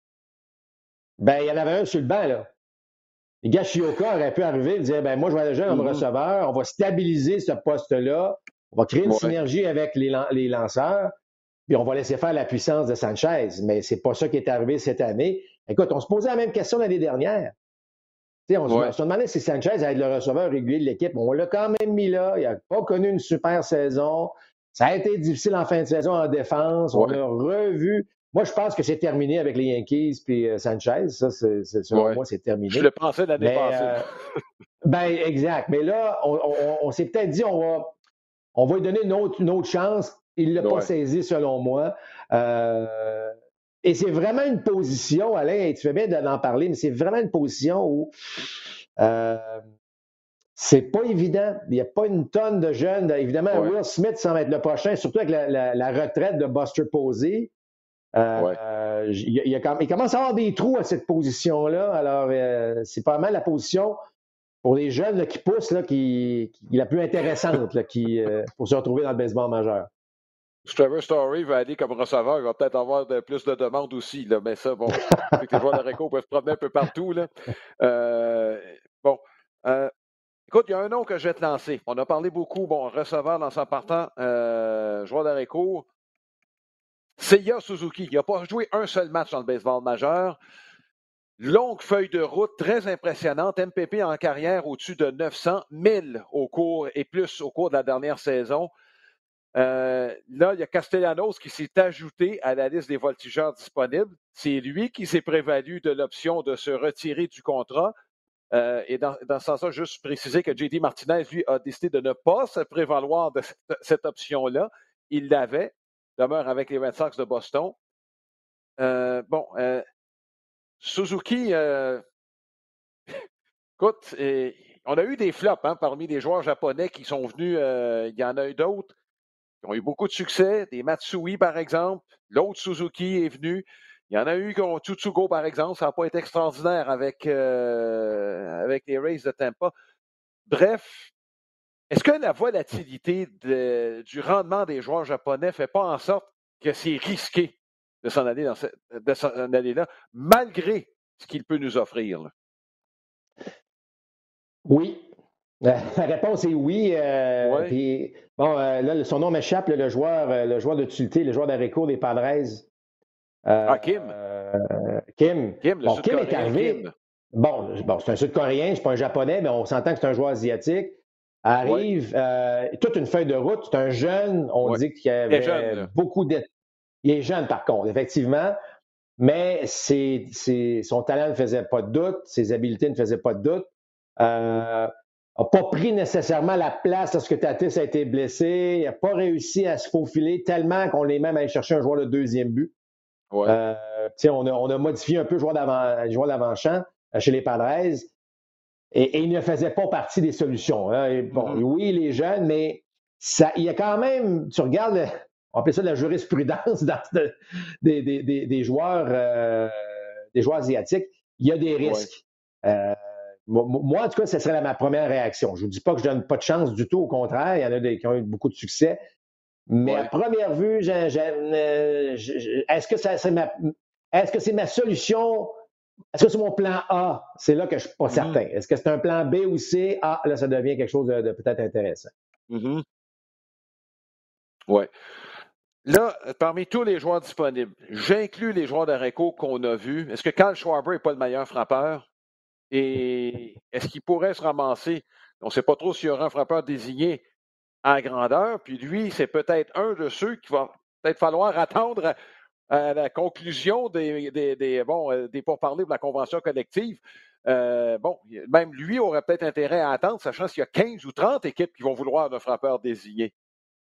ben il y en avait un sur le banc, là. Les gars, Shioka aurait pu arriver et dire, ben moi, je vais aller jouer comme mm-hmm. receveur, on va stabiliser ce poste-là, on va créer une ouais. synergie avec les, les lanceurs, puis on va laisser faire la puissance de Sanchez. Mais c'est pas ça qui est arrivé cette année. Écoute, on se posait la même question l'année dernière. Tu sais, on, Ouais. on se demandait si Sanchez allait être le receveur régulier de l'équipe. On l'a quand même mis là. Il n'a pas connu une super saison. Ça a été difficile en fin de saison en défense. On Ouais. a revu. Moi, je pense que c'est terminé avec les Yankees puis euh, Sanchez. Ça, c'est, c'est- selon Ouais. moi, c'est terminé. Je le pensais l'année Mais, passée. euh, ben, exact. Mais là, on, on- on s'est peut-être dit, on va, on va lui donner une autre, une autre chance. Il ne l'a pas Ouais. saisi, selon moi. Euh, et c'est vraiment une position, Alain, et tu fais bien d'en parler, mais c'est vraiment une position où euh, c'est pas évident. Il n'y a pas une tonne de jeunes. Évidemment, Ouais. Will Smith semble être le prochain, surtout avec la, la- la retraite de Buster Posey. Euh, Ouais. euh, il, il y a quand- il commence à avoir des trous à cette position-là. Alors, euh, c'est pas mal la position pour les jeunes là, qui poussent, là, qui, qui est la plus intéressante là, qui, euh, pour se retrouver dans le baseball majeur. Si Trevor Story va aller comme receveur, il va peut-être avoir de, plus de demandes aussi. Là, mais ça, bon, c'est que les joueurs de Réco peuvent se promener un peu partout. Là. Euh, bon. Euh, écoute, il y a un nom que je vais te lancer. On a parlé beaucoup, bon, receveur, lanceur partant, euh, joueur de Réco. Seiya Suzuki. Il n'a pas joué un seul match dans le baseball majeur. Longue feuille de route, très impressionnante. M P P en carrière au-dessus de neuf cents, mille au cours et plus au cours de la dernière saison. Euh, là, il y a Castellanos qui s'est ajouté à la liste des voltigeurs disponibles. C'est lui qui s'est prévalu de l'option de se retirer du contrat. Euh, et dans, dans ce sens-là, juste préciser que J D Martinez, lui, a décidé de ne pas se prévaloir de cette, cette option-là. Il l'avait, demeure avec les Red Sox de Boston. Euh, bon, euh, Suzuki, euh, écoute, et, on a eu des flops hein, parmi les joueurs japonais qui sont venus. Euh, il y en a eu d'autres qui ont eu beaucoup de succès. Des Matsui, par exemple. L'autre Suzuki est venu. Il y en a eu qui ont Tsutsugo, par exemple. Ça n'a pas été extraordinaire avec, euh, avec les Rays de Tampa. Bref, est-ce que la volatilité de, du rendement des joueurs japonais ne fait pas en sorte que c'est risqué de s'en aller, dans ce, de s'en aller là, malgré ce qu'il peut nous offrir? Là? Oui. La réponse est oui. Euh, Ouais. puis, bon, euh, là, son nom m'échappe, là, le joueur, euh, le joueur d'utilité, le joueur d'Areco des Padres. Euh, Ah, Kim. euh, Kim. Kim, le Bon, Kim est Sud-Coréen arrivé. Kim. Bon, bon, c'est un Sud-Coréen, c'est pas un Japonais, mais on s'entend que c'est un joueur asiatique. Arrive, euh, toute une feuille de route. C'est un jeune. On Ouais. dit qu'il y Il est jeune, avait là. beaucoup de. Il est jeune, par contre, effectivement. Mais c'est, c'est, son talent ne faisait pas de doute, ses habiletés ne faisaient pas de doute. Euh, n'a pas pris nécessairement la place lorsque Tatis a été blessé. Il n'a pas réussi à se faufiler tellement qu'on est même allé chercher un joueur de deuxième but. Ouais. Euh, on, a, on a modifié un peu le joueur, d'avant, le joueur d'avant-champ chez les Padres. Et, et il ne faisait pas partie des solutions. Hein. Et bon, mm-hmm. Oui, il est jeune, mais ça, il y a quand même, tu regardes, on appelle ça de la jurisprudence dans, de, des, des, des, des joueurs euh, des joueurs asiatiques, il y a des risques. Ouais. Euh, moi, en tout cas, ce serait ma première réaction. Je ne vous dis pas que je ne donne pas de chance du tout, au contraire, il y en a des, qui ont eu beaucoup de succès. Mais ouais. À première vue, j'ai, j'ai, euh, j'ai, est-ce que ça, c'est ma, est-ce que c'est ma solution? Est-ce que c'est mon plan A? C'est là que je ne suis pas mm-hmm. certain. Est-ce que c'est un plan B ou C? Ah, là, ça devient quelque chose de, de peut-être intéressant. Mm-hmm. Oui. Là, parmi tous les joueurs disponibles, j'inclus les joueurs d'Areco qu'on a vus. Est-ce que Kyle Schwarber n'est pas le meilleur frappeur? Et est-ce qu'il pourrait se ramasser? On ne sait pas trop s'il y aura un frappeur désigné en grandeur. Puis lui, c'est peut-être un de ceux qu'il va peut-être falloir attendre à, à la conclusion des, des, des, bon, des pourparlers de la convention collective. Euh, bon, même lui aurait peut-être intérêt à attendre, sachant qu'il y a quinze ou trente équipes qui vont vouloir un frappeur désigné.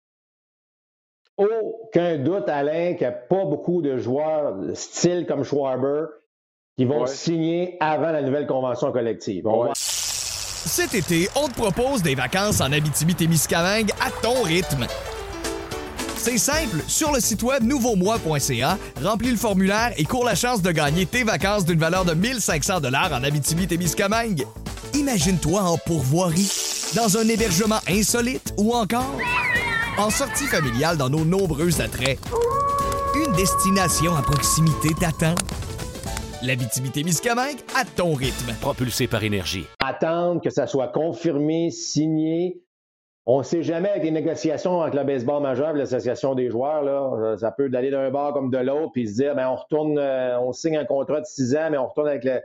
Aucun doute, Alain, qu'il n'y a pas beaucoup de joueurs style comme Schwarber qui vont ouais. signer avant la nouvelle convention collective. On ouais. va... Cet été, on te propose des vacances en Abitibi-Témiscamingue à ton rythme. C'est simple, sur le site web nouveau moi point c a, remplis le formulaire et cours la chance de gagner tes vacances d'une valeur de mille cinq cents dollars en Abitibi-Témiscamingue. Imagine-toi en pourvoirie, dans un hébergement insolite ou encore en sortie familiale dans nos nombreux attraits. Une destination à proximité t'attend. L'Abitibi-Témiscamingue à ton rythme. Propulsé par Énergie. Attendre que ça soit confirmé, signé. On ne sait jamais avec les négociations avec le baseball majeur et l'association des joueurs, là, ça peut aller d'un bord comme de l'autre puis se dire, ben on retourne, euh, on signe un contrat de six ans, mais on retourne avec le,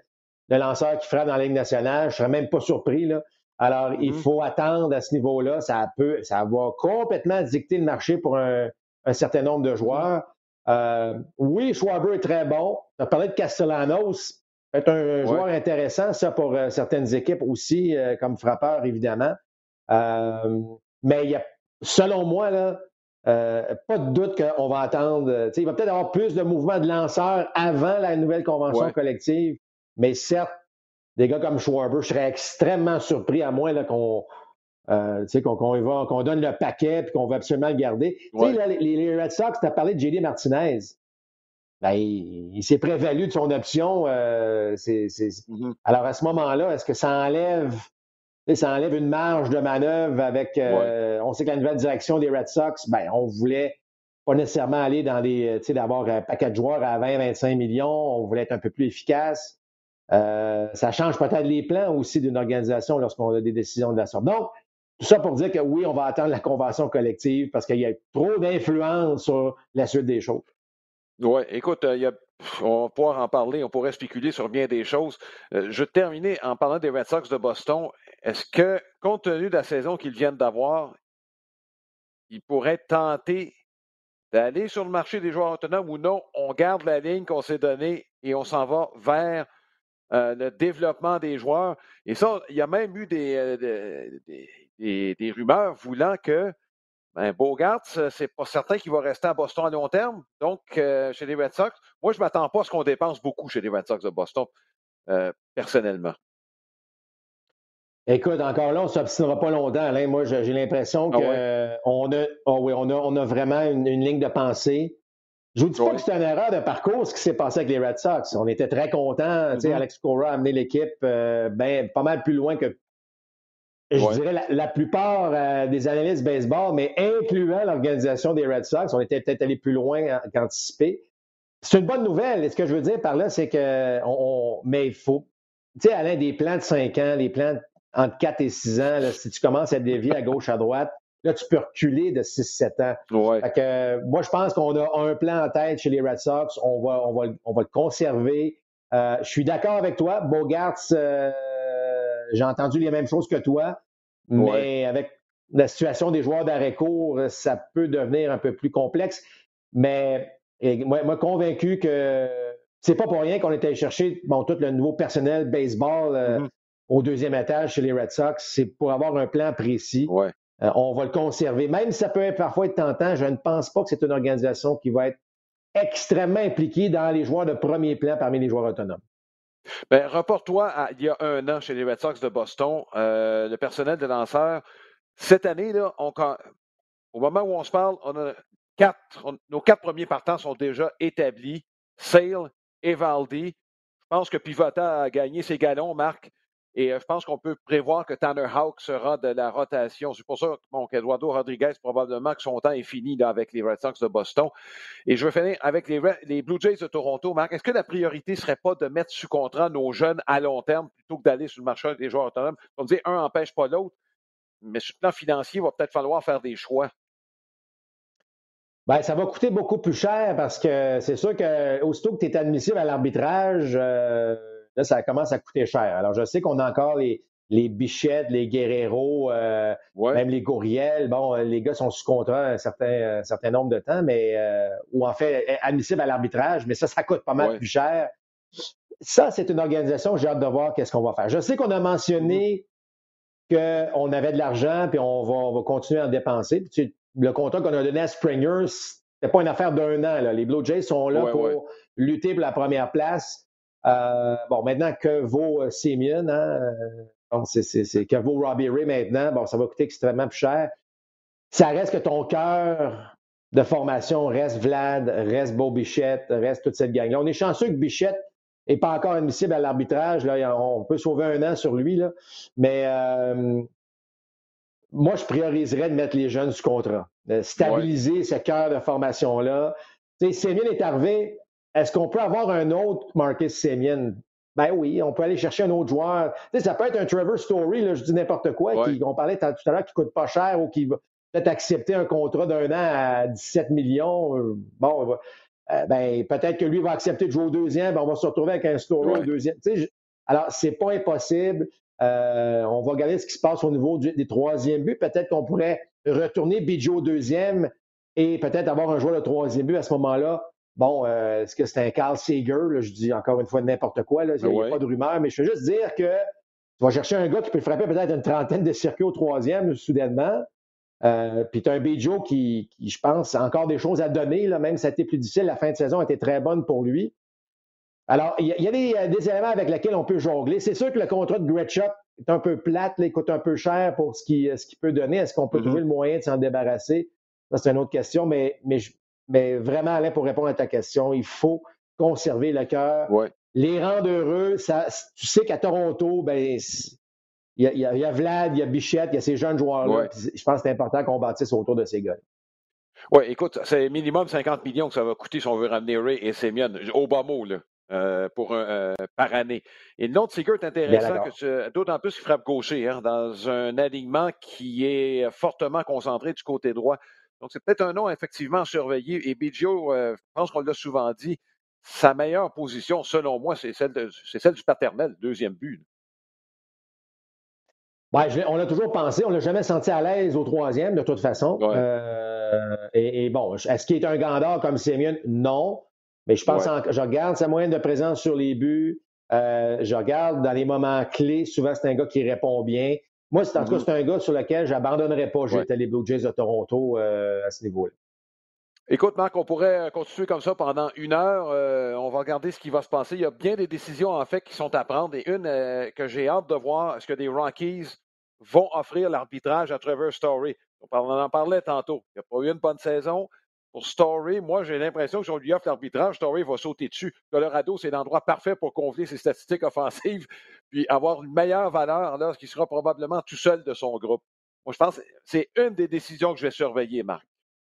de lanceurs qui frappent dans la Ligue nationale. Je ne serais même pas surpris, là. Alors, mm-hmm. il faut attendre à ce niveau-là. Ça peut, ça va complètement dicter le marché pour un, un certain nombre de joueurs. Euh, oui, Schwarber est très bon. Tu as parlé de Castellanos. C'est un ouais. joueur intéressant, ça, pour euh, certaines équipes aussi, euh, comme frappeur, évidemment. Euh, mais il y a, selon moi, là, euh, pas de doute qu'on va attendre. Il va peut-être avoir plus de mouvements de lanceurs avant la nouvelle convention ouais. collective. Mais certes, des gars comme Schwarber, je serais extrêmement surpris, à moins là, qu'on, euh, qu'on, qu'on, va, qu'on donne le paquet et qu'on va absolument le garder. Ouais. Là, les, les Red Sox, tu as parlé de J D Martinez. Ben, il, il s'est prévalu de son option. Euh, c'est, c'est... Mm-hmm. Alors, à ce moment-là, est-ce que ça enlève, ça enlève une marge de manœuvre avec... Euh, ouais. On sait que la nouvelle direction des Red Sox, ben, on voulait pas nécessairement aller dans des... Tu sais, d'avoir un paquet de joueurs à vingt à vingt-cinq millions. On voulait être un peu plus efficace. Euh, ça change peut-être les plans aussi d'une organisation lorsqu'on a des décisions de la sorte. Donc, tout ça pour dire que oui, on va attendre la convention collective parce qu'il y a trop d'influence sur la suite des choses. Oui, écoute, euh, y a, on va pouvoir en parler, on pourrait spéculer sur bien des choses. Euh, je vais terminer en parlant des Red Sox de Boston. Est-ce que, compte tenu de la saison qu'ils viennent d'avoir, ils pourraient tenter d'aller sur le marché des joueurs autonomes ou non? On garde la ligne qu'on s'est donnée et on s'en va vers euh, le développement des joueurs. Et ça, il y a même eu des, euh, des, des, des rumeurs voulant que Ben, Bogaerts, c'est pas certain qu'il va rester à Boston à long terme. Donc, euh, chez les Red Sox, moi, je ne m'attends pas à ce qu'on dépense beaucoup chez les Red Sox de Boston, euh, personnellement. Écoute, encore là, on ne s'obstinera pas longtemps, Alain. Moi, j'ai l'impression qu'on ah ouais. a, oh oui, on a, on a vraiment une, une ligne de pensée. Je ne vous dis ouais. pas que c'est une erreur de parcours, ce qui s'est passé avec les Red Sox. On était très contents. Mm-hmm. Alex Cora a amené l'équipe euh, ben, pas mal plus loin que Je ouais. dirais la, la plupart euh, des analystes baseball, mais incluant l'organisation des Red Sox, on était peut-être allé plus loin qu'anticipé. C'est une bonne nouvelle. Et ce que je veux dire par là, c'est que on, on mais il faut, tu sais, Alain, des plans de cinq ans, des plans entre quatre et six ans, là, si tu commences à dévier à gauche, à droite, là, tu peux reculer de six sept ans. Ouais. Fait que, euh, moi, je pense qu'on a un plan en tête chez les Red Sox. On va, on va, on va le conserver. Euh, je suis d'accord avec toi. Bogaerts, euh, j'ai entendu les mêmes choses que toi, mais ouais. avec la situation des joueurs d'arrêt court, ça peut devenir un peu plus complexe. Mais et moi, moi, convaincu que c'est pas pour rien qu'on était allé chercher bon, tout le nouveau personnel baseball euh, mm-hmm. au deuxième étage chez les Red Sox. C'est pour avoir un plan précis. Ouais. Euh, on va le conserver. Même si ça peut être, parfois être tentant, je ne pense pas que c'est une organisation qui va être extrêmement impliquée dans les joueurs de premier plan parmi les joueurs autonomes. Ben, reporte-toi à il y a un an chez les Red Sox de Boston. Euh, le personnel de lanceurs, cette année, là, on, au moment où on se parle, on a quatre, on, nos quatre premiers partants sont déjà établis. Sale, Evaldi. Je pense que Pivota a gagné ses galons, Marc. Et euh, je pense qu'on peut prévoir que Tanner Houck sera de la rotation. C'est pour ça bon, qu'Eduardo Rodriguez, probablement que son temps est fini là, avec les Red Sox de Boston. Et je vais finir avec les, les Blue Jays de Toronto. Marc, est-ce que la priorité ne serait pas de mettre sous contrat nos jeunes à long terme plutôt que d'aller sur le marché des joueurs autonomes? On dit un n'empêche pas l'autre, mais sur le plan financier, il va peut-être falloir faire des choix. Bien, ça va coûter beaucoup plus cher parce que c'est sûr que aussitôt que tu es admissible à l'arbitrage, euh, là, ça commence à coûter cher. Alors, je sais qu'on a encore les, les Bichette, les Guerrero, euh, ouais. même les Gouriel. Bon, les gars sont sous contrat un certain, un certain nombre de temps, mais euh, ou en fait, admissible à l'arbitrage, mais ça, ça coûte pas mal ouais. plus cher. Ça, c'est une organisation, j'ai hâte de voir qu'est-ce qu'on va faire. Je sais qu'on a mentionné mmh. qu'on avait de l'argent, puis on va, on va continuer à en dépenser. Puis tu, le contrat qu'on a donné à Springer, c'était pas une affaire d'un an. Là. Les Blue Jays sont là ouais, pour ouais. lutter pour la première place. Euh, bon, maintenant, que vaut Semien? Hein? Bon, c'est, c'est, c'est que vaut Robbie Ray maintenant? Bon, ça va coûter extrêmement plus cher. Ça reste que ton cœur de formation reste Vlad, reste Beau Bichette, reste toute cette gang-là. On est chanceux que Bichette n'est pas encore admissible à l'arbitrage. Là, on peut sauver un an sur lui, là. Mais euh, moi, je prioriserais de mettre les jeunes sous contrat, de stabiliser ouais. ce cœur de formation-là. Tu sais, Semien est arrivé. Est-ce qu'on peut avoir un autre Marcus Semien? Ben oui, on peut aller chercher un autre joueur. Tu sais, ça peut être un Trevor Story, là, je dis n'importe quoi, ouais. qui, on parlait tout à l'heure, qui ne coûte pas cher ou qui va peut-être accepter un contrat d'un an à dix-sept millions. Bon, euh, ben peut-être que lui va accepter de jouer au deuxième, ben on va se retrouver avec un Story ouais. au deuxième. Tu sais, Alors, c'est pas impossible. Euh, on va regarder ce qui se passe au niveau du, des troisièmes buts. Peut-être qu'on pourrait retourner Biggio au deuxième et peut-être avoir un joueur de troisième but à ce moment-là. Bon, euh, est-ce que c'est un Carl Seager? Là, je dis encore une fois n'importe quoi. Là, il n'y a, ouais. pas de rumeur, mais je veux juste dire que tu vas chercher un gars qui peut frapper peut-être une trentaine de circuits au troisième, soudainement. Euh, Puis tu as un Biggio qui, qui, je pense, a encore des choses à donner, là, même si ça a été plus difficile. La fin de saison a été très bonne pour lui. Alors, il y a, il y a des, des éléments avec lesquels on peut jongler. C'est sûr que le contrat de Gretschuk est un peu plate, là, il coûte un peu cher pour ce qu'il ce qu'il peut donner. Est-ce qu'on peut Mm-hmm. trouver le moyen de s'en débarrasser? Ça, c'est une autre question, mais, mais, mais vraiment, Alain, pour répondre à ta question, il faut conserver le cœur. Ouais. Les rendre heureux, ça, tu sais qu'à Toronto, ben, il y, a, il y a Vlad, il y a Bichette, il y a ces jeunes joueurs-là. Ouais. Je pense que c'est important qu'on bâtisse autour de ces gars. Oui, écoute, c'est minimum cinquante millions que ça va coûter si on veut ramener Ray et Semyon, au bas mot, là, euh, pour un, euh, par année. Et le nom de Seager est intéressant, que tu, d'autant plus qu'il frappe gaucher, hein, dans un alignement qui est fortement concentré du côté droit. Donc, c'est peut-être un nom effectivement à surveiller. Et Biggio, euh, je pense qu'on l'a souvent dit, sa meilleure position, selon moi, c'est celle, de, c'est celle du paternel, deuxième but. Là. Ouais, je, on l'a toujours pensé, on ne l'a jamais senti à l'aise au troisième, de toute façon. Ouais. Euh, et, et bon, est-ce qu'il est un gandard comme Semyon? Non. Mais je pense, Ouais. en, je regarde sa moyenne de présence sur les buts. Euh, je regarde dans les moments clés. Souvent, c'est un gars qui répond bien. Moi, c'est, en mm-hmm. tout cas, c'est un gars sur lequel je n'abandonnerais pas. J'étais ouais. les Blue Jays de Toronto euh, à ce niveau-là. Écoute, Marc, on pourrait continuer comme ça pendant une heure. Euh, on va regarder ce qui va se passer. Il y a bien des décisions, en fait, qui sont à prendre. Et une euh, que j'ai hâte de voir, est-ce que des Rockies vont offrir l'arbitrage à Trevor Story? On en parlait tantôt. Il n'y a pas eu une bonne saison. Pour Story, moi, j'ai l'impression que si on lui offre l'arbitrage, Story va sauter dessus. Colorado, c'est l'endroit parfait pour confier ses statistiques offensives puis avoir une meilleure valeur lorsqu'il sera probablement tout seul de son groupe. Moi, je pense que c'est une des décisions que je vais surveiller, Marc.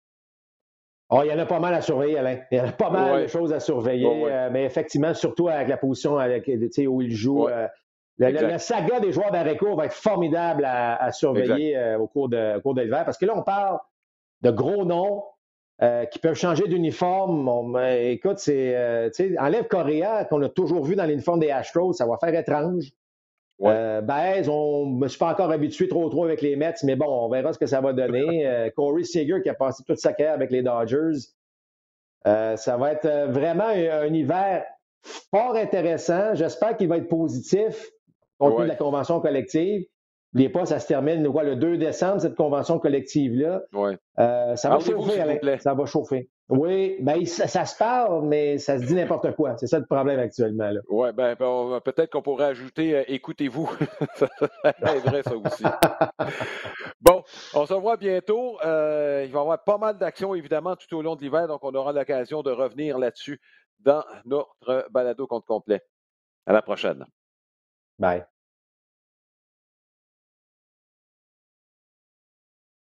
Oh, il y en a pas mal à surveiller, Alain. Il y en a pas mal ouais. de choses à surveiller. Ouais, ouais. Euh, mais effectivement, surtout avec la position avec, où il joue. Ouais. Euh, le, le, le saga des joueurs d'Areco va être formidable à, à surveiller euh, au cours de, au cours de l'hiver. Parce que là, on parle de gros noms euh, qui peuvent changer d'uniforme. On, euh, écoute, c'est, euh, tu sais, enlève Correa, qu'on a toujours vu dans l'uniforme des Astros, ça va faire étrange. Ouais. Euh, Baez, on ne me suis pas encore habitué trop trop avec les Mets, mais bon, on verra ce que ça va donner. euh, Corey Seager qui a passé toute sa carrière avec les Dodgers. Euh, ça va être vraiment un, un hiver fort intéressant. J'espère qu'il va être positif compte tenu ouais. de la convention collective. N'oubliez pas, ça se termine quoi, le deux décembre, cette convention collective-là. Ouais. Euh, ça va Parlez-vous, chauffer, Alain. Ça va chauffer. Oui, ben, ça, ça se parle, mais ça se dit n'importe quoi. C'est ça le problème actuellement. Oui, ben, ben, peut-être qu'on pourrait ajouter euh, « écoutez-vous ». C'est vrai, ça aussi. Bon, on se revoit bientôt. Euh, il va y avoir pas mal d'actions, évidemment, tout au long de l'hiver, donc on aura l'occasion de revenir là-dessus dans notre balado compte complet. À la prochaine. Bye.